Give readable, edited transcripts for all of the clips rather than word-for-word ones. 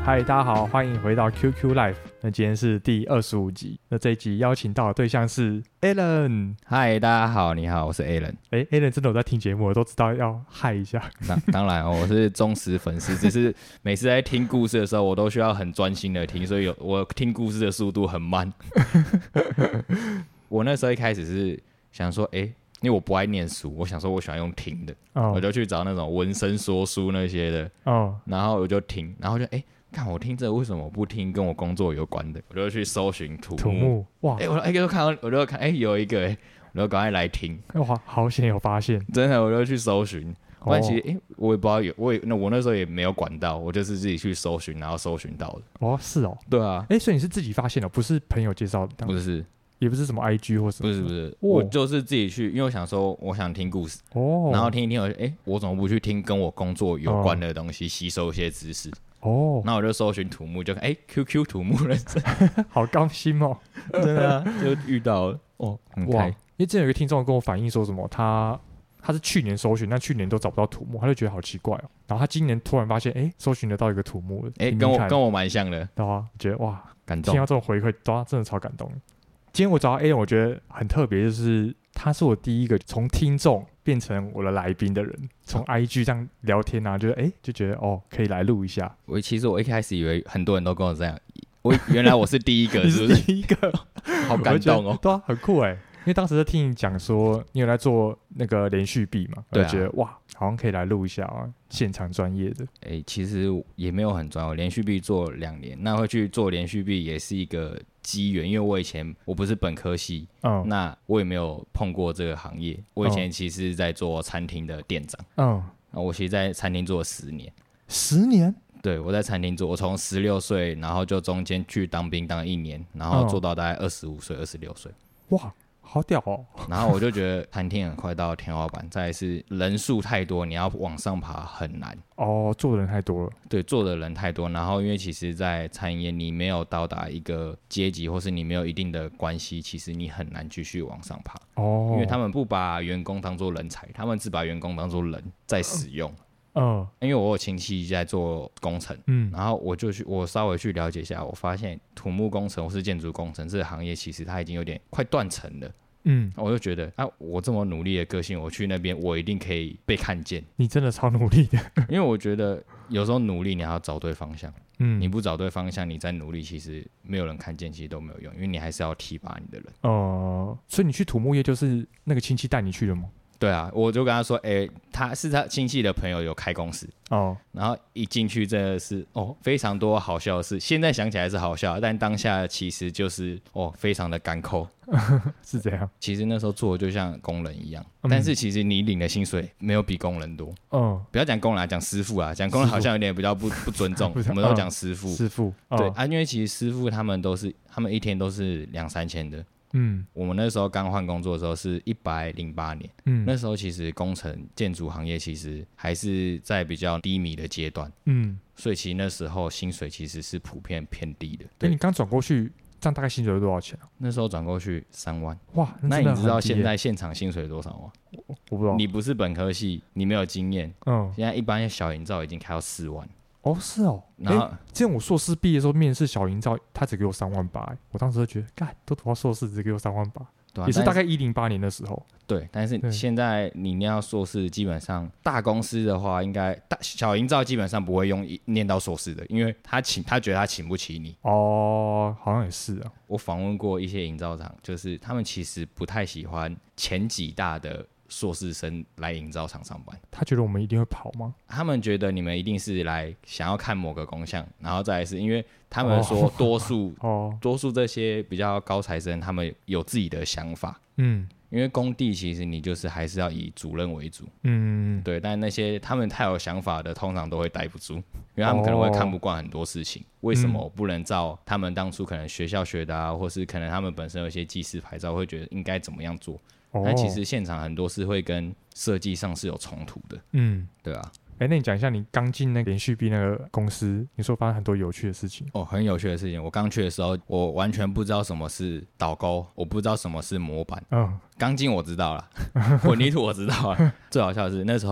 嗨，大家好，欢迎回到 QQ Live。那今天是第25集。那这一集邀请到的对象是 Alan。 嗨，大家好，你好，我是 Alan。 Alan 真的有在听节目，我都知道要嗨一下。 当然我是忠实粉丝，只是每次在听故事的时候，我都需要很专心的听，所以我听故事的速度很慢。我那时候一开始是想说，因为我不爱念书，我想说我喜欢用听的，我就去找那种文生说书那些的，然后我就听，然后就看我听这为什么不听跟我工作有关的？我就去搜寻土木，哇！我就看有一个我就赶快来听， 哇，好险有发现， 真的，我就去搜寻。不然其实我也不知道我那时候也没有管到，我就是自己去搜寻，然后搜寻到的。 哦，是哦， 对啊， 所以你是自己发现的，不是朋友介绍的？ 不是， 也不是什么 IG 或什么？ 不是，我就是自己去，因为我想说我想听故事，然后听一听，我怎么不去听跟我工作有关的东西，吸收一些知识？那我就搜寻土木，就看QQ 土木人生， 好高兴哦， 真的啊，就遇到了很开。 因为之前有一个听众跟我反映说什么，他是去年搜寻，但去年都找不到土木，他就觉得好奇怪哦。然后他今年突然发现，搜寻得到一个土木了， 跟我蛮像的， 对啊，觉得哇， 感动， 听到这种回馈，真的超感动。今天我找到 Alan， 我觉得很特别，就是他是我第一个从听众变成我的来宾的人，从 IG 这样聊天啊，就觉得可以来录一下。 其实我一开始以为很多人都跟我这样，原来我是第一个，是不是？ 第一个， 好感动哦， 对啊，很酷哎。因为当时在听你讲说你有在做那个连续币嘛，我就觉得哇，好像可以来录一下啊，现场专业的。 其实也没有很专业，我连续币做2年，那会去做连续币也是一个机缘，因为我以前我不是本科系，那我也没有碰过这个行业。我以前其实是在做餐厅的店长，我其实在餐厅做了10年。 10年？对， 我在餐厅做，我从16岁，然后就中间去当兵当了1年，然后做到大概25岁、26岁。 哇！好屌哦！ 然后我就觉得餐厅很快到天花板，再来是人数太多，你要往上爬很难。 做的人太多了。对， 做的人太多。然后因为其实，在餐饮业你没有到达一个阶级，或是你没有一定的关系，其实你很难继续往上爬。因为他们不把员工当作人才，他们只把员工当作人在使用。因为我有亲戚在做工程，然后我稍微去了解一下，我发现土木工程或是建筑工程这个行业，其实它已经有点快断层了。我就觉得我这么努力的个性，我去那边我一定可以被看见。 你真的超努力的。 因为我觉得有时候努力你还要找对方向，你不找对方向，你再努力其实没有人看见，其实都没有用，因为你还是要提拔你的人。 所以你去土木业就是那个亲戚带你去的吗？ 对啊，我就跟他说，他是他亲戚的朋友有开公司，然后一进去真的是非常多好笑的事，现在想起来是好笑，但当下其实就是非常的干扣。 是这样。 其实那时候做的就像工人一样，但是其实你领的薪水没有比工人多。不要讲工人啊，讲师傅啊，讲工人好像有点比较不尊重，我们都讲师傅。 师傅， 对因为其实师傅他们一天都是2-3千的。我们那时候刚换工作的时候是108年，那时候其实工程建筑行业其实还是在比较低迷的阶段，所以其实那时候薪水其实是普遍偏低的。对， 你刚转过去，这样大概薪水多少钱啊？ 那时候转过去3万。 哇， 那你知道现在现场薪水多少吗？ 我不知道。 你不是本科系，你没有经验，现在一般小营造已经开到4万。 是哦。然后之前我硕士毕业的时候面试小营造，他只给我3.8万，我当时就觉得，干都读到硕士只给我3.8万，也是大概108年的时候。对， 但是现在你念到硕士，基本上大公司的话，应该小营造基本上不会念到硕士的，因为他觉得他请不起你。 好像也是啊。 我访问过一些营造厂，就是他们其实不太喜欢前几大的硕士生来营造厂上班。 他觉得我们一定会跑吗？ 他们觉得你们一定是来想要看某个工项，然后再来是因为他们说多数这些比较高材生，他们有自己的想法。因为工地其实你就是还是要以主任为主。对，但那些他们太有想法的，通常都会待不住，因为他们可能会看不惯很多事情。为什么不能照他们当初可能学校学的啊，或是可能他们本身有一些技师牌照，会觉得应该怎么样做？但其实现场很多是会跟设计上是有冲突的。对啊。 那你讲一下你刚进那个连续币那个公司，你说发生很多有趣的事情。 很有趣的事情。我刚去的时候，我完全不知道什么是导钩，我不知道什么是模板。钢筋我知道了，混凝土我知道了。最好笑的是那时候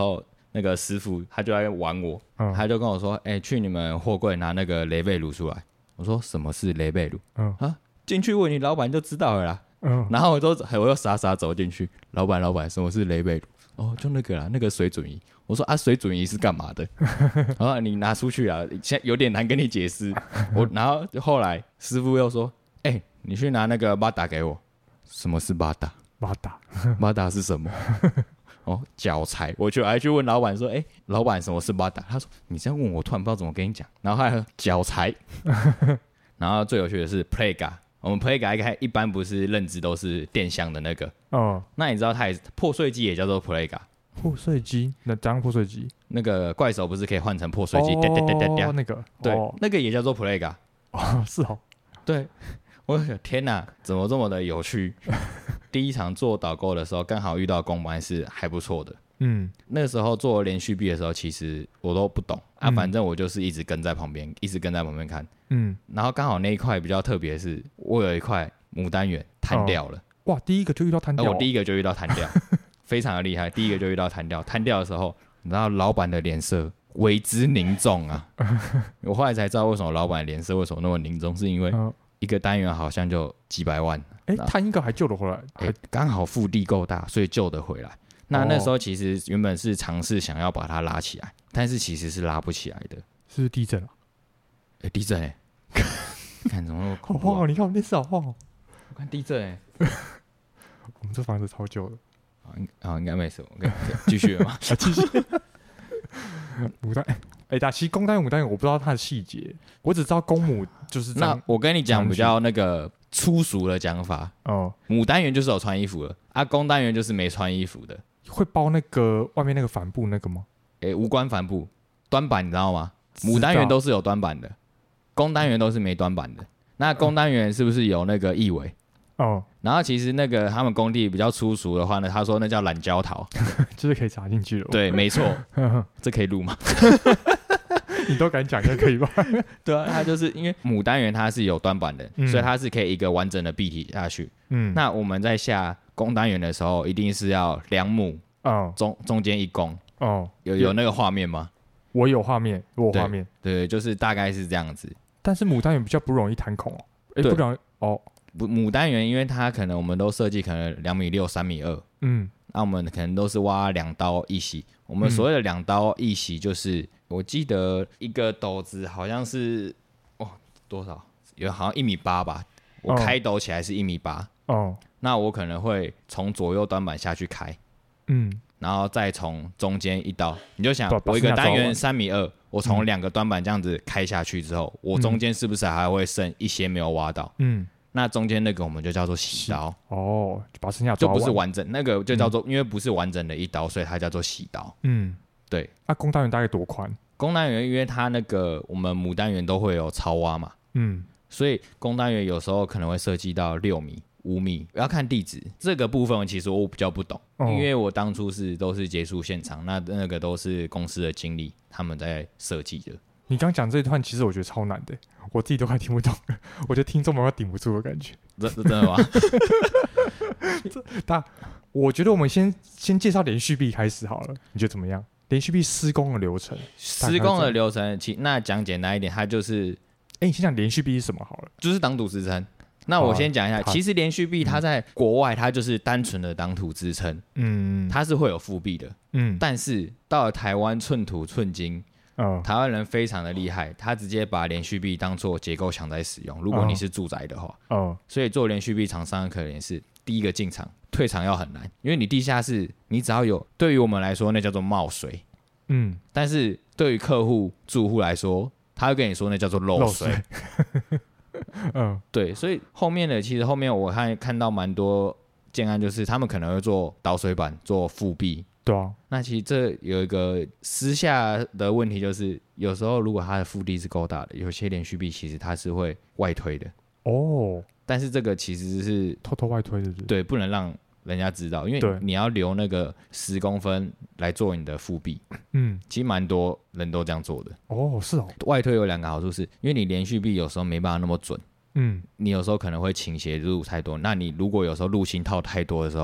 那个师傅他就在玩我，他就跟我说，去你们货柜拿那个雷贝鲁出来。我说什么是雷贝鲁？进去问你老板就知道了啦。然后我又傻傻走进去，老板，什么是雷贝鲁？哦，就那个啦，那个水准仪。我说水准仪是干嘛的？然后你拿出去啊，现在有点难跟你解释。然后后来师傅又说，你去拿那个巴达给我。什么是巴达？巴达是什么？脚材。我还去问老板说，老板什么是巴达？他说你这样问我，突然不知道怎么跟你讲。然后还有脚材。然后最有趣的是 Playga。我们 Playga 一般不是认知都是电箱的那个，那你知道它也破碎机也叫做 Playga。 破碎机？那怎样破碎机？ 那个怪手不是可以换成破碎机？ 那个， 对，那个也叫做 Playga。 是哦。 对，我的天哪，怎么这么的有趣？第一场做导购的时候，刚好遇到公班是还不错的。那时候做连续币的时候，其实我都不懂反正我就是一直跟在旁边看。然后刚好那一块比较特别的是，我有一块牡丹园摊掉了。 哇，第一个就遇到摊掉。 我第一个就遇到摊掉，非常的厉害。第一个就遇到摊掉，摊掉的时候，你知道老板的脸色为之凝重啊。我后来才知道为什么老板的脸色为什么那么凝重，是因为一个单元好像就几百万。 摊一个还救得回来， 刚好腹地够大，所以救得回来。那时候其实原本是尝试想要把它拉起来，但是其实是拉不起来的。 是不是地震了？ 地震看怎么那么恐怖好晃你看我们电视好晃我看地震我们这房子超旧的。 应该没事，我继续了吗？ 继续。牡丹，其实公单元、牡单元我不知道它的细节，我只知道公母就是这样。 那我跟你讲比较那个粗俗的讲法牡丹园就是有穿衣服的公单元就是没穿衣服的。 会包那个外面那个帆布那个吗？ 无关帆布，端板你知道吗？牡丹园都是有端板的，公单元都是没端板的。那公单元是不是有那个义尾？然后其实那个他们工地比较粗俗的话呢，他说那叫懒胶桃， 就是可以插进去了。 对，没错。这可以录吗？ 你都敢讲，就可以吧？ 对啊，它就是因为牡丹园它是有端板的，所以它是可以一个完整的壁体下去。那我们在下公单元的时候，一定是要2亩，中间1公。有那个画面吗？ 我有画面， 对，就是大概是这样子。 但是牡丹园比较不容易弹孔不容易牡丹园因为它可能我们都设计可能2.6米、3.2米。那我们可能都是挖2刀1席。我们所谓的2刀1席就是我记得一个斗子好像是多少？有好像1.8米吧。我开斗起来是1.8米。那我可能会从左右端板下去开。然后再从中间一刀，你就想我一个单元3.2米，我从2个端板这样子开下去之后，我中间是不是还会剩一些没有挖到？那中间那个我们就叫做洗刀。 就把剩下就不是完整，那个就叫做因为不是完整的一刀，所以它叫做洗刀。对。 那公单元大概多宽？ 公单元因为它那个我们牡丹园都会有超挖嘛，所以公单元有时候可能会设计到6米、5米，要看地址。这个部分其实我比较不懂，因为我当初都是接触现场，那个都是公司的经理他们在设计的。 你刚讲这一段，其实我觉得超难的，我自己都快听不懂了，我觉得听众们要顶不住的感觉。 真的吗？ 我觉得我们先介绍连续币开始好了，你觉得怎么样？连续币施工的流程， 那讲简单一点，它就是， 你先讲连续币是什么好了， 就是挡土支撑。那我先讲一下，其实连续币它在国外它就是单纯的挡土支撑，它是会有复币的，但是到了台湾寸土寸金。台湾人非常的厉害，他直接把连续币当做结构墙在使用。如果你是住宅的话，所以做连续币厂商可能是第一个进场，退场要很难，因为你地下室你只要有，对于我们来说那叫做冒水，但是对于客户住户来说，他会跟你说那叫做漏水。对，所以其实后面我看到蛮多建案，就是他们可能会做导水板，做复壁。 对啊， 那其实这有一个私下的问题，就是有时候如果它的腹地是够大的，有些连续币其实它是会外推的。但是这个其实是偷偷外推的， 对，不能让人家知道，因为你要留那个10公分来做你的腹壁。其实蛮多人都这样做的。 是哦。 外推有2个好处是，因为你连续币有时候没办法那么准。你有时候可能会倾斜入太多，那你如果有时候入芯套太多的时候，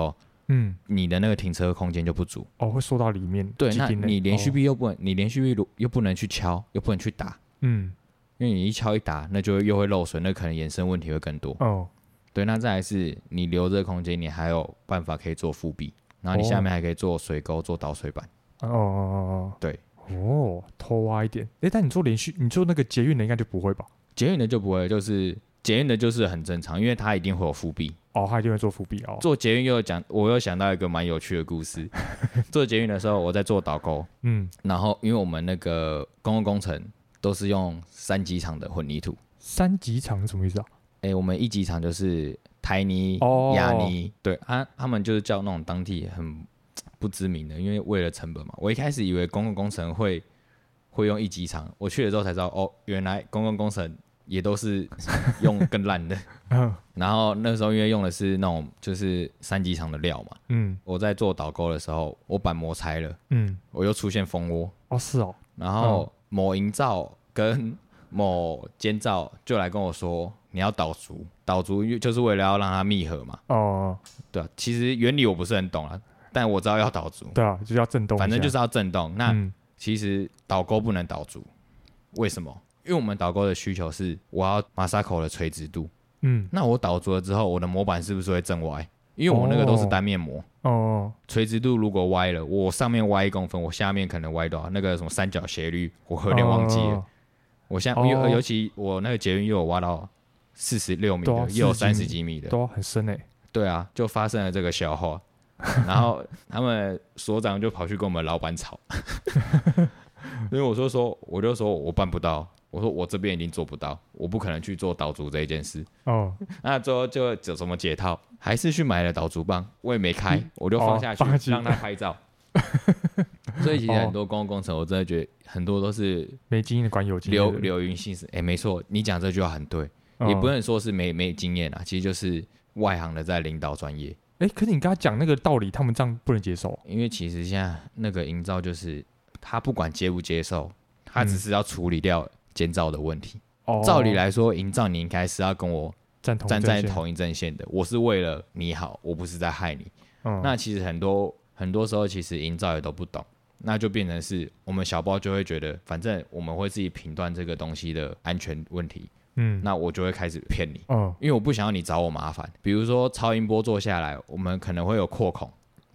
你的那个停车空间就不足会缩到里面。 对，那你连续壁又不能去敲，又不能去打，因为你一敲一打，那就又会漏水，那可能衍生问题会更多。对，那再来是你留这个空间，你还有办法可以做覆壁，然后你下面还可以做水沟、做导水板。对。 偷挖一点。但你做那个捷运的应该就不会吧？ 捷运的就不会，就是捷运的就是很正常，因为它一定会有覆壁。 它一定会做覆壁。 做捷运我又想到一个蛮有趣的故事。做捷运的时候，我在做导沟，然后因为我们那个公共工程都是用3级场的混凝土。 3级场是什么意思啊？ 我们1级场就是台泥、亚泥，对他们就是叫那种当地很不知名的，因为为了成本嘛。我一开始以为公共工程会用1级场，我去了之后才知道，原来公共工程也都是用更烂的。然后那时候因为用的是那种就是3级场的料嘛，我在做导沟的时候，我板模拆了，我又出现蜂窝。 是哦。 然后某营造跟某监造就来跟我说，你要导足就是为了要让它密合嘛。对啊，其实原理我不是很懂啊，但我知道要导足。 对啊，就是要震动， 反正就是要震动。那其实导沟不能导足，为什么？因为我们导沟的需求是我要马萨口的垂直度。那我导足了之后，我的模板是不是会震歪？因为我那个都是单面膜。垂直度如果歪了，我上面歪1公分，我下面可能歪多少？那个什么三角斜率，我有点忘记了。我现在尤其我那个捷运又有挖到46米的，也有30几米的， 都很深欸。 对啊，就发生了这个笑话。然后他们所长就跑去跟我们老板吵，因为我就说我办不到，我说我这边一定做不到，我不可能去做导足这一件事。那最后就怎么解套，还是去买了导足棒，我也没开，我就放下去让他拍照。所以其实很多公共工程，我真的觉得很多都是没经验的管有经验的流云信使。没错，你讲这句话很对，也不能说是没经验啊，其实就是外行的在领导专业。 可是你跟他讲那个道理，他们这样不能接受。 因为其实现在那个营造就是他不管接不接受，他只是要处理掉监造的问题。照理来说，营造你应该是要跟我站在同一阵线的，我是为了你好，我不是在害你。那其实很多时候，其实营造也都不懂，那就变成是我们小包就会觉得，反正我们会自己评断这个东西的安全问题。那我就会开始骗你，因为我不想要你找我麻烦。比如说超音波做下来，我们可能会有扩孔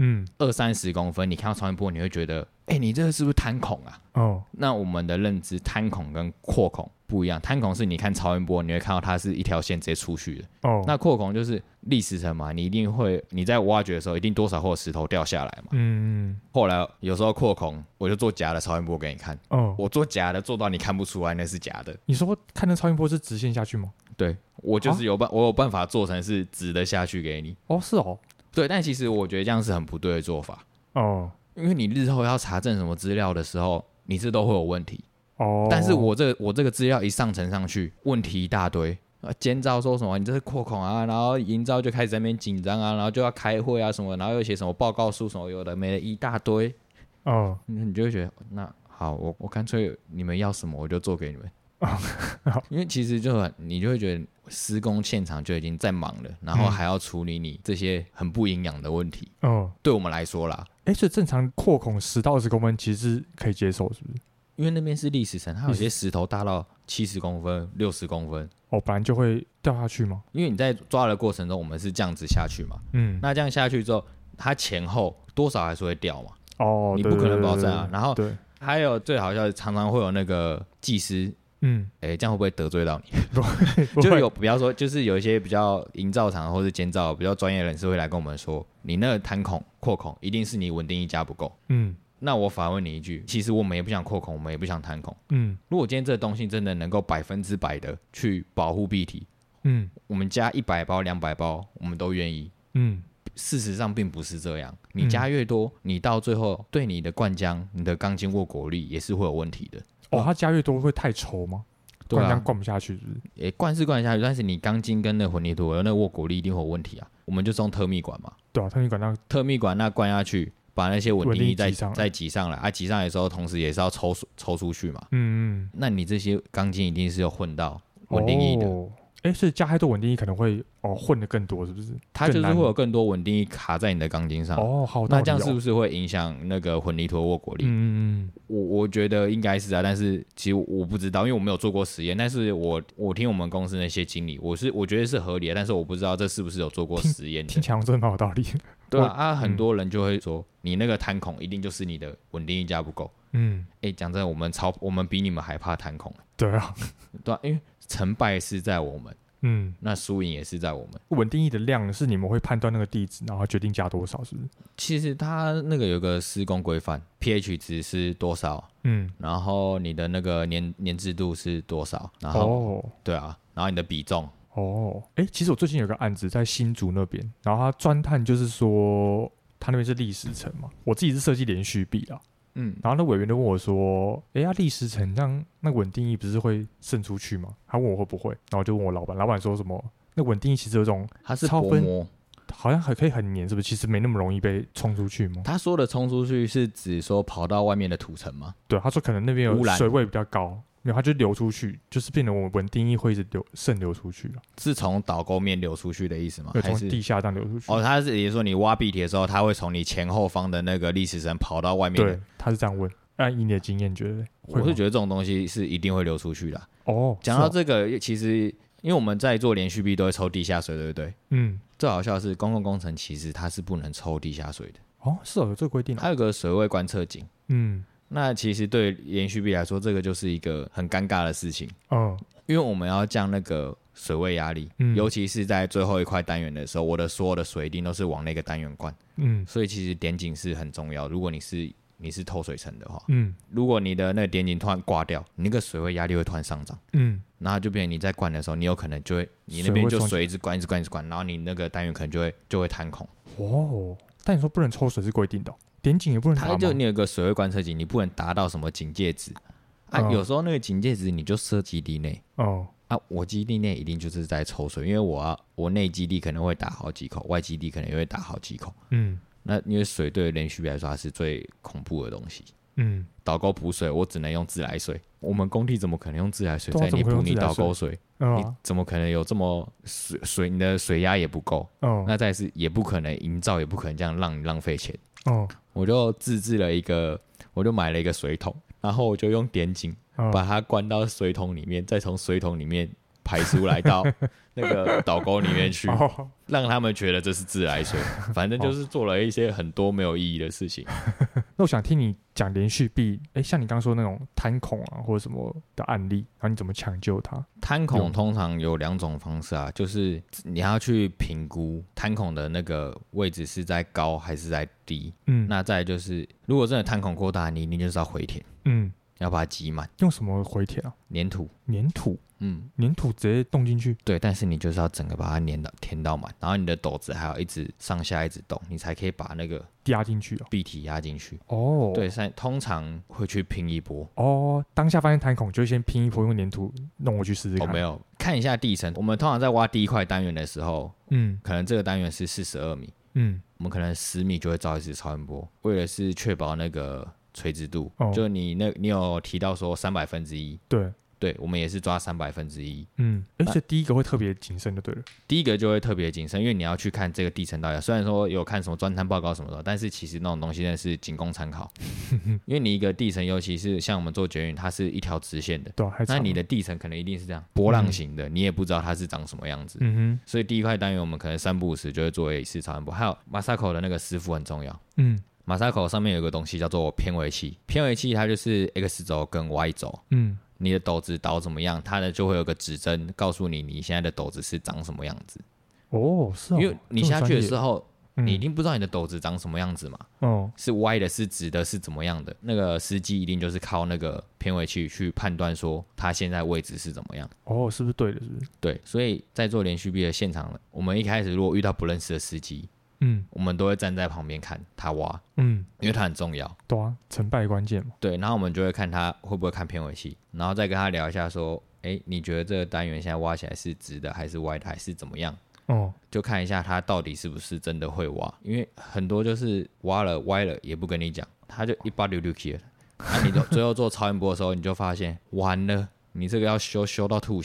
，20-30公分，你看到超音波，你会觉得，你这个是不是贪孔啊？那我们的认知，贪孔跟扩孔不一样。贪孔是你看超音波，你会看到它是一条线直接出去的。那扩孔就是砾石层嘛，你在挖掘的时候，一定多少会有石头掉下来嘛。后来有时候扩孔，我就做假的超音波给你看。我做假的做到你看不出来那是假的。 你说看那超音波是直线下去吗？ 对，我就是我有办法做成是直的下去给你。 是哦。 对，但其实我觉得这样是很不对的做法。因为你日后要查证什么资料的时候，你这都会有问题。但是我这个资料一上传上去，问题一大堆。监造说什么你这是扩孔啊，然后营造就开始在那边紧张啊，然后就要开会啊什么，然后又写什么报告书什么有的没的一大堆。你就会觉得那好，我干脆你们要什么我就做给你们。因为其实你就会觉得施工现场就已经在忙了，然后还要处理你这些很不营养的问题。对我们来说啦， 所以正常扩孔10到20公分其实是可以接受，是不是？ 因为那边是砾石层，它有些石头大到70公分、60公分。 本来就会掉下去吗？ 因为你在抓的过程中，我们是这样子下去嘛。那这样下去之后，它前后多少还是会掉嘛。你不可能保证啊。然后还有最好笑的，常常会有那个技师。这样会不会得罪到你？就比方说，就是有一些比较营造厂或是监造比较专业人士会来跟我们说，你那个贪孔、扩孔，一定是你稳定一家不够。那我反问你一句，其实我们也不想扩孔，我们也不想贪孔。如果今天这个东西真的能够100%的去保护壁体，我们加100包、200包，我们都愿意。事实上并不是这样，你加越多，你到最后对你的灌浆、你的钢筋握果力也是会有问题的。 它加越多会太稠吗？灌浆灌不下去是不是？ 灌是灌得下去，但是你钢筋跟那混凝土那握果力一定会有问题啊。我们就是用特密管嘛。 对啊， 特密管那灌下去，把那些稳定力再挤上来，挤上来的时候，同时也是要抽出去嘛。那你这些钢筋一定是有混到稳定液的。 所以加太多稳定液可能会混的更多，是不是？ 它就是会有更多稳定液卡在你的钢筋上。 好， 那这样是不是会影响那个混凝土的握果力？我觉得应该是啊，但是其实我不知道，因为我没有做过实验。但是我听我们公司那些经理，我觉得是合理的，但是我不知道这是不是有做过实验。 听起来真的蛮有道理。 对啊，很多人就会说，你那个弹孔一定就是你的稳定液加不够。讲真的，我们比你们还怕弹孔。 对啊， 对啊，因为成败是在我们，那输赢也是在我们。 稳定液的量是你们会判断那个地址，然后决定加多少，是不是？ 其实它那个有个施工规范 ，pH 值是多少，然后你的那个粘滞度是多少，然后对啊，然后你的比重。 其实我最近有个案子在新竹那边，然后他钻探就是说，他那边是砾石层嘛，我自己是设计连续壁啦。然后那委员就问我说：“砾石层这样，那稳定液不是会渗出去吗？”他问我会不会，然后我就问我老板说什么？那稳定液其实有种它是薄膜， 好像可以很黏，是不是？其实没那么容易被冲出去吗？ 他说的冲出去是指说跑到外面的土层吗？ 对，他说可能那边有水位比较高。没有，它就流出去，就是变成我稳定液会一直渗流出去了。 是从导沟面流出去的意思吗？ 对，从地下这样流出去。 他是也说你挖壁铁的时候，它会从你前后方的那个砾石层跑到外面的。 对，他是这样问。按以你的经验，觉得我是觉得这种东西是一定会流出去的。讲到这个，其实因为我们在做连续壁都会抽地下水，对不对？最好笑的是公共工程其实它是不能抽地下水的。 是有这个规定。 它有个水位观测井。那其实对连续壁来说，这个就是一个很尴尬的事情。因为我们要降那个水位压力，尤其是在最后一块单元的时候，我的所有的水一定都是往那个单元灌。所以其实点井是很重要。如果你是透水层的话，如果你的那个点井突然挂掉，你那个水位压力会突然上涨。然后就变成你在灌的时候，你有可能就会你那边就水一直灌，然后你那个单元可能就会弹孔。 但你说不能抽水是规定的。点井也不能打吗？ 它就你有个水位观测井，你不能达到什么警戒值有时候那个警戒值你就设基地内我基地内一定就是在抽水，因为我内基地可能会打好几口，外基地可能也会打好几口。那因为水对连续壁来说它是最恐怖的东西。导沟补水我只能用自来水，我们工地怎么可能用自来水在你补你导沟水？你怎么可能有这么水？你的水压也不够。那再是也不可能营造，也不可能这样让你浪费钱。我就自制了我就买了一个水桶，然后我就用点井把它灌到水桶里面，再从水桶里面排出来到那个导沟里面去，让他们觉得这是自来水。反正就是做了一些很多没有意义的事情。 那我想听你讲连续壁，像你刚刚说那种弹孔或者什么的案例，然后你怎么抢救它？ 弹孔通常有2种方式就是你要去评估弹孔的那个位置是在高还是在低。那再来就是如果真的弹孔过大，你一定就是要回填。要把它挤满。 用什么回填啊？ 粘土。 粘土直接动进去。 对，但是你就是要整个把它填到满，然后你的斗子还要一直上下一直动，你才可以把那个压进去壁体压进去。对，通常会去拼一波。 当下发现弹孔就先拼一波，用粘土弄过去试试看。 没有，看一下地层。我们通常在挖第一块单元的时候，可能这个单元是42米，我们可能10米就会造一次超音波，为了是确保那个垂直度。就你有提到说1/300，对，我们也是抓1/300。 而且第一个会特别谨慎就对了。 第一个就会特别谨慎，因为你要去看这个地层到底。虽然说有看什么钻探报告什么的，但是其实那种东西真的是仅供参考。因为你一个地层，尤其是像我们做捷运，它是一条直线的，那你的地层可能一定是这样波浪形的，你也不知道它是长什么样子。所以第一块单元我们可能3不5时就会做一次超音波。还有马萨口的那个师傅很重要。马萨口上面有个东西叫做偏微器，偏微器它就是 X 轴跟 Y 轴。你的斗子导怎么样，它呢就会有个指针告诉你现在的斗子是长什么样子。 是因为你下去的时候，你一定不知道你的斗子长什么样子嘛。是歪的，是直的，是怎么样的？那个司机一定就是靠那个偏微器去判断说他现在位置是怎么样。 是不是对的？是不是？ 对，所以在做连续壁的现场，我们一开始如果遇到不认识的司机，我们都会站在旁边看他挖，因为他很重要。 对啊，成败关键嘛。 对，然后我们就会看他会不会看偏微器，然后再跟他聊一下说，你觉得这个单元现在挖起来是直的还是歪的还是怎么样？就看一下他到底是不是真的会挖，因为很多就是挖了歪了也不跟你讲，他就一把溜溜去了。那你最后做超音波的时候，你就发现完了，你这个要修到吐血。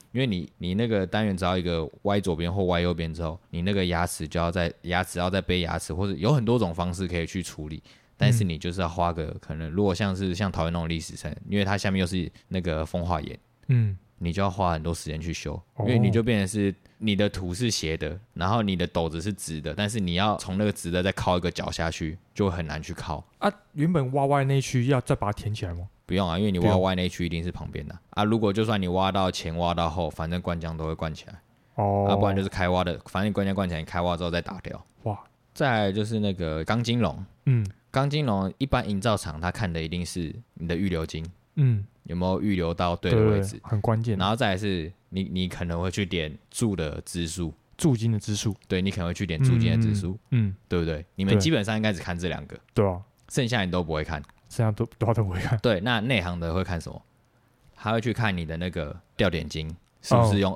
因为你那个单元只要一个歪左边或歪右边之后，你那个牙齿要再背牙齿，或者有很多种方式可以去处理。但是你就是要花个可能，如果像桃园那种历史城，因为它下面又是那个风化岩，你就要花很多时间去修，因为你就变成是你的土是斜的，然后你的斗子是直的，但是你要从那个直的再靠一个角下去，就很难去靠啊。原本挖歪那一区要再把它填起来吗？ 不用啊，因为你挖歪那一区一定是旁边的啊。如果就算你挖到前挖到后，反正灌浆都会灌起来不然就是开挖的，反正你灌浆灌起来，你开挖之后再打掉。哇，再来就是那个钢筋笼，钢筋笼一般营造厂他看的一定是你的预留筋，有没有预留到对的位置， 很关键。 然后再来是你可能会去点柱的支数， 柱筋的支数， 对，你可能会去点柱筋的支数，对不对？你们基本上应该只看这2个， 对啊， 剩下你都不会看， 剩下都不会看。 对，那内行的会看什么？他会去看你的那个吊点筋是不是用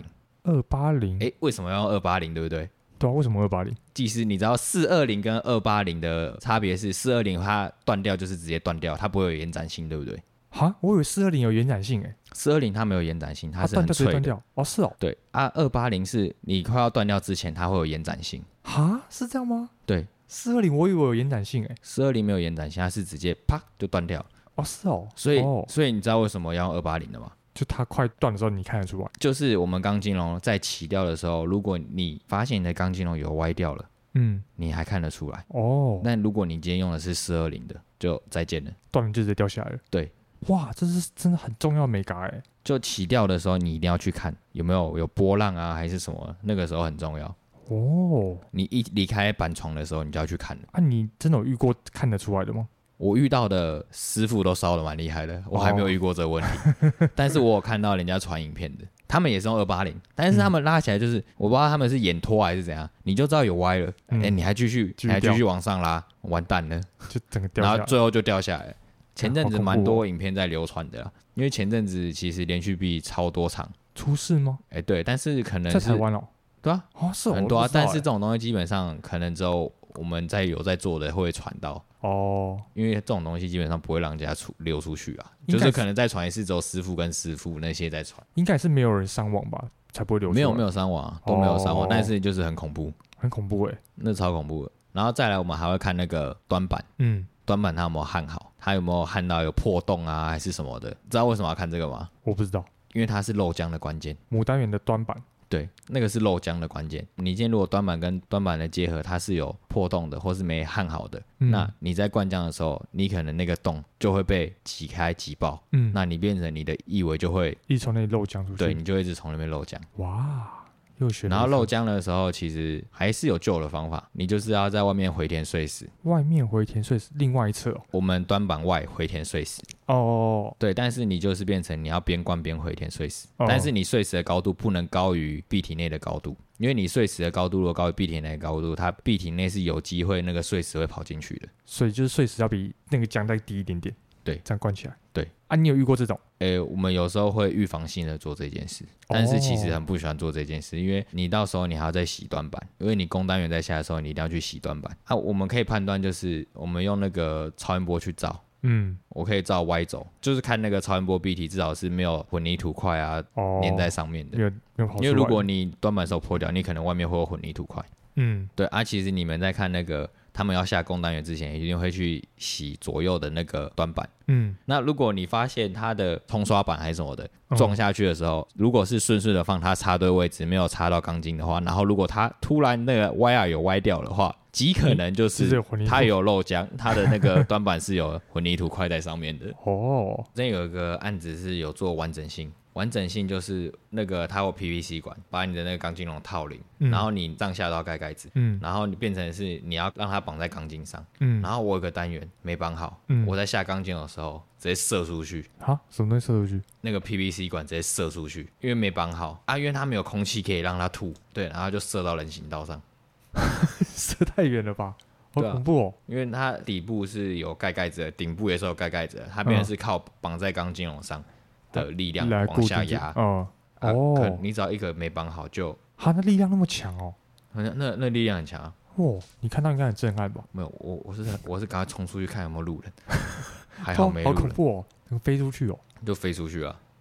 280，为什么要用280，对不对？ 对啊，为什么280？ 技师，你知道420跟280的差别是420它断掉就是直接断掉，它不会有延展性，对不对？ 哈，我以为420有延展性 420它没有延展性，它是很脆的。 断掉哦，是哦。 对啊，280是你快要断掉之前它会有延展性。 哈，是这样吗？ 对 ，420我以为有延展性 420没有延展性，它是直接啪就断掉。 哦，是哦。 所以你知道为什么要用280的吗？ 就它快断的时候你看得出来。 就是我们钢筋笼在起掉的时候，如果你发现你的钢筋笼有歪掉了，你还看得出来哦。但如果你今天用的是420的，就再见了， 断了就直接掉下来了。对，哇，这是真的很重要的美感就起掉的时候，你一定要去看有没有波浪啊，还是什么，那个时候很重要。哦，你一离开板床的时候，你就要去看了。 啊，你真的有遇过看得出来的吗？ 我遇到的师傅都烧得蛮厉害的，我还没有遇过这个问题。但是我有看到人家传影片的，他们也是用280，但是他们拉起来就是，我不知道他们是眼拖还是怎样，你就知道有歪了，你还继续往上拉，完蛋了， 就整个掉下来， 然后最后就掉下来了。前阵子蛮多影片在流传的啦，因为前阵子其实连续壁超多场出事吗？ 对，但是可能是在台湾哦， 对啊， 是很多啊，但是这种东西基本上可能只有我们有在做的会传到。因为这种东西基本上不会让人家流出去啊，就是可能再传一次，只有师傅跟师傅那些在传， 应该是没有人伤亡吧，才不会流出来。 没有伤亡啊，都没有伤亡，但是就是很恐怖， 很恐怖那超恐怖的。然后再来，我们还会看那个端板，端板它有没有焊好，它有没有焊到有破洞啊，还是什么的？知道为什么要看这个吗？ 我不知道， 因为它是漏浆的关键。 母单元的端板。 对，那个是漏浆的关键。你今天如果端板跟端板的结合，它是有破洞的，或是没焊好的，那你在灌浆的时候，你可能那个洞就会被挤开挤爆，那你变成你的异味就会一直从那里漏浆出去， 对，你就会一直从那边漏浆。 哇，又学了。 然后漏浆的时候，其实还是有救的方法，你就是要在外面回填碎石。 外面回填碎石，另外一侧我们端板外回填碎石。对，但是你就是变成你要边灌边回填碎石，但是你碎石的高度不能高于壁体内的高度，因为你碎石的高度如果高于壁体内的高度，它壁体内是有机会那个碎石会跑进去的。 所以就是碎石要比那个浆再低一点点， 对， 这样灌起来。 对啊，你有遇过这种？ 我们有时候会预防性的做这件事，但是其实很不喜欢做这件事，因为你到时候你还要再洗端板，因为你工单元在下的时候，你一定要去洗端板。我们可以判断就是我们用那个超音波去照。我可以照歪走，就是看那个超音波壁体至少是没有混凝土块啊粘在上面的，因为如果你端板手破掉，你可能外面会有混凝土块。对啊，其实你们在看那个他们要下工单元之前，一定会去洗左右的那个端板。那如果你发现它的冲刷板还是什么的撞下去的时候，如果是顺顺的放它插对位置，没有插到钢筋的话，然后如果它突然那个歪有歪掉的话，极可能就是它有漏浆，它的那个端板是有混凝土块在上面的。之前有一个案子是有做完整性。完整性就是那个它有 PVC 管把你的那个钢筋笼套铃，然后你上下都要盖盖子，然后你变成是你要让它绑在钢筋上，然后我有个单元没绑好，我在下钢筋的时候直接射出去。 什么东西射出去？那个 PVC 管直接射出去，因为没绑好啊，因为它没有空气可以让它吐，对，然后就射到人行道上。 射太远了吧，好恐怖哦！ 因为它底部是有盖盖子的，顶部也是有盖盖子的，它变成是靠绑在钢筋笼上的力量往下压。可你只要一个没绑好就， 那力量那么强哦？ 那力量很强啊！ 你看到应该很震撼吧？ 没有，我是赶快冲出去看有没有路人，还好没路人。 好恐怖哦！能飞出去哦？ 就飞出去啊！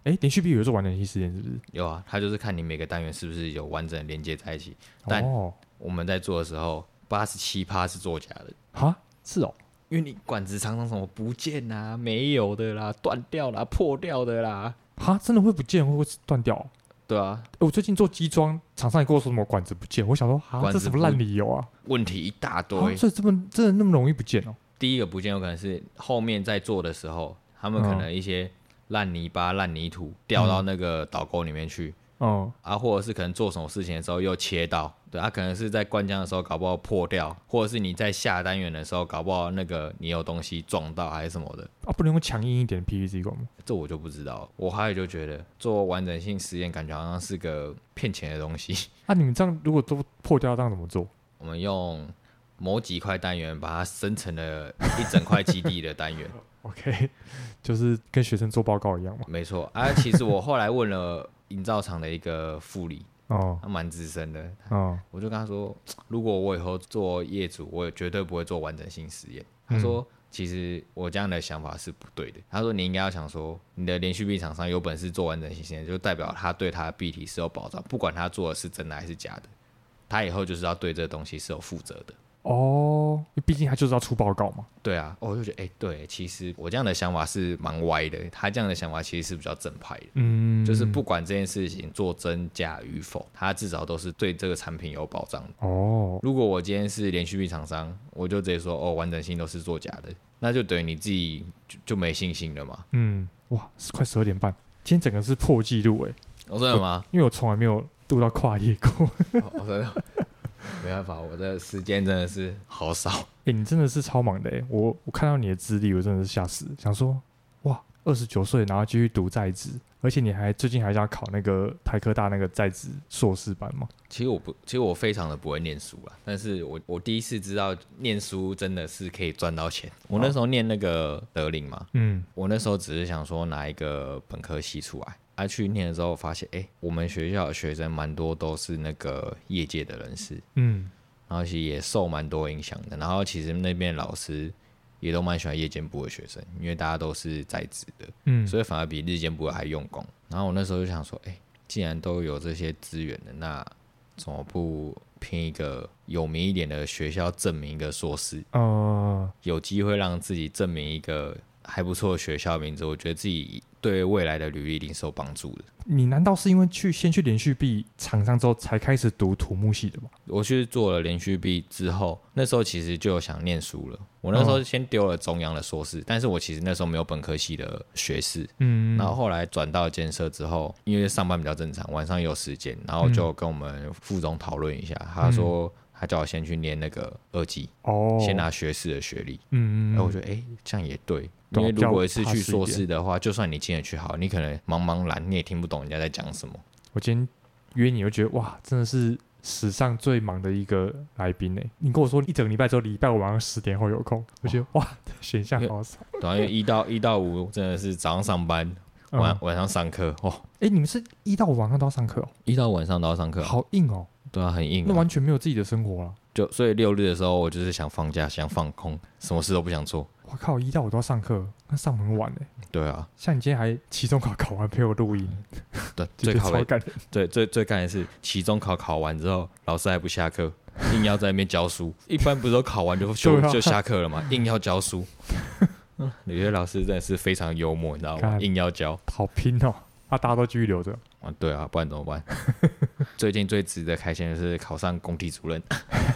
连续壁有做完整性实验是不是？ 有啊，它就是看你每个单元是不是有完整的连接在一起。但我们在做的时候，87%是作假的。 哈，是哦， 因为你管子常常什么不见啊、没有的啦、断掉啦、破掉的啦。 哈，真的会不见，会断掉？ 对啊， 我最近做机装，厂商也跟我说什么管子不见，我想说，这什么烂理由啊？ 问题一大堆， 所以真的那么容易不见哦？ 第一个不见有可能是后面在做的时候，他们可能一些烂泥巴、烂泥土掉到那个导沟里面去，或者是可能做什么事情的时候又切到，对，可能是在灌浆的时候搞不好破掉，或者是你在下单元的时候搞不好那个你有东西撞到还是什么的， 不能用强硬一点的 PVC 管吗？ 这我就不知道，我还有就觉得做完整性实验感觉好像是个骗钱的东西。 你们这样如果都破掉，这样怎么做？ 我们用某几块单元把它生成了一整块基地的单元。 OK， 就是跟学生做报告一样嘛。 没错其实我后来问了营造厂的一个副理，他蛮资深的，我就跟他说，如果我以后做业主，我绝对不会做完整性实验。他说，其实我这样的想法是不对的。他说，你应该要想说，你的连续壁厂商有本事做完整性实验，就代表他对他的壁体是有保障，不管他做的是真的还是假的，他以后就是要对这个东西是有负责的。因为毕竟他就是要出报告嘛。 对啊，我就觉得，对，其实我这样的想法是蛮歪的。他这样的想法其实是比较正派的，就是不管这件事情做真假与否，他至少都是对这个产品有保障的。如果我今天是连续壁厂商，我就直接说，完整性都是作假的，那就等于你自己就没信心了嘛。 哇，快12点半，今天整个是破纪录真的吗？ 因为我从来没有录到跨夜过。 真的。没办法，我的时间真的是好少。 你真的是超忙的我看到你的资历，我真的是吓死，想说哇，29岁然后继续读在职，而且你最近还想考那个台科大那个在职硕士班吗？ 其实我非常的不会念书啦，但是我第一次知道念书真的是可以赚到钱。我那时候念那个德林嘛，我那时候只是想说拿一个本科系出来。去念的时候发现，我们学校的学生蛮多都是那个业界的人士，然后其实也受蛮多影响的。然后其实那边老师也都蛮喜欢夜间部的学生，因为大家都是在职的，所以反而比日间部的还用功。然后我那时候就想说，既然都有这些资源的，那怎么不拼一个有名一点的学校，证明一个硕士？有机会让自己证明一个还不错的学校名字，我觉得自己对未来的履历一定是有帮助的。 你难道是因为先去连续壁厂商之后才开始读土木系的吗？ 我去做了连续壁之后，那时候其实就有想念书了。我那时候先丢了中央的硕士，但是我其实那时候没有本科系的学士。然后后来转到建设之后，因为上班比较正常，晚上有时间，然后就跟我们副总讨论一下，他说他叫我先去念那个2技，先拿学士的学历。我觉得这样也对。因为如果是去硕士的话，就算你进得去好，你可能茫茫然你也听不懂人家在讲什么。 我今天约你，我觉得哇，真的是史上最忙的一个来宾你跟我说一整个礼拜之后，礼拜五晚上10点后有空，我觉得哇，选项好少。 对啊，因为一到五真的是早上上班，晚上上课你们是1到5晚上都要上课 1到5晚上都要上课， 好硬对啊，很硬。 那完全没有自己的生活了。 所以6日的时候，我就是想放假，想放空，什么事都不想做。 我靠，1到5都要上课，那上很晚对啊， 像你今天还期中考完陪我录音， 对，最干的是期中考完之后，老师还不下课，硬要在那边教书。一般不是都考完就下课了吗？硬要教书。有些老师真的是非常幽默，你知道吗？硬要教， 好拼大家都继续留着。 对啊，不然怎么办？最近最值得开心的是考上工地主任。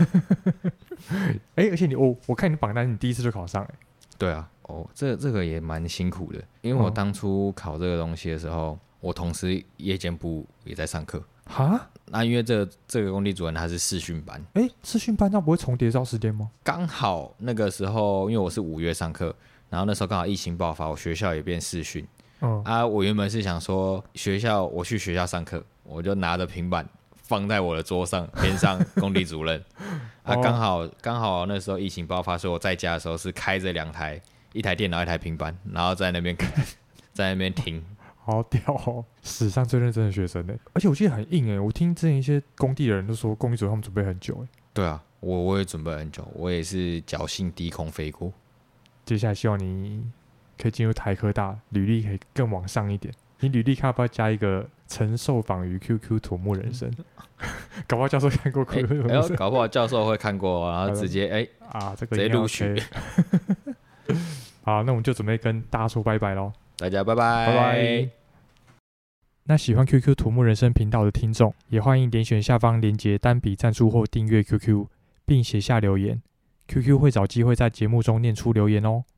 而且我看你榜单，你第一次就考上对啊，这个也蛮辛苦的，因为我当初考这个东西的时候，我同时夜间部也在上课。那因为这个工地主任他是视讯班， 视讯班那不会重叠到时间吗？ 刚好那个时候，因为我是5月上课，然后那时候刚好疫情爆发，我学校也变视讯。我原本是想说我去学校上课，我就拿着平板放在我的桌上，边上工地主任。刚好那时候疫情爆发，所以我在家的时候是开着一台电脑，一台平板，然后在那边听。 好屌史上最认真的学生而且我记得很硬我听之前一些工地的人都说，工地主任他们准备很久对啊，我也准备很久，我也是侥幸低空飞过。 接下来希望你可以进入台科大，履历可以更往上一点。 你履历看要不要加一个曾受访于 QQ 土木人生？搞不好教授看过 QQ 土木人生， 搞不好教授会看过，然后直接这个直接录取。 好，那我们就准备跟大家说拜拜咯， 大家拜拜， 拜拜。那喜欢 QQ 土木人生频道的听众，也欢迎点选下方连结单笔赞助或订阅 QQ， 并写下留言，QQ 会找机会在节目中念出留言哦。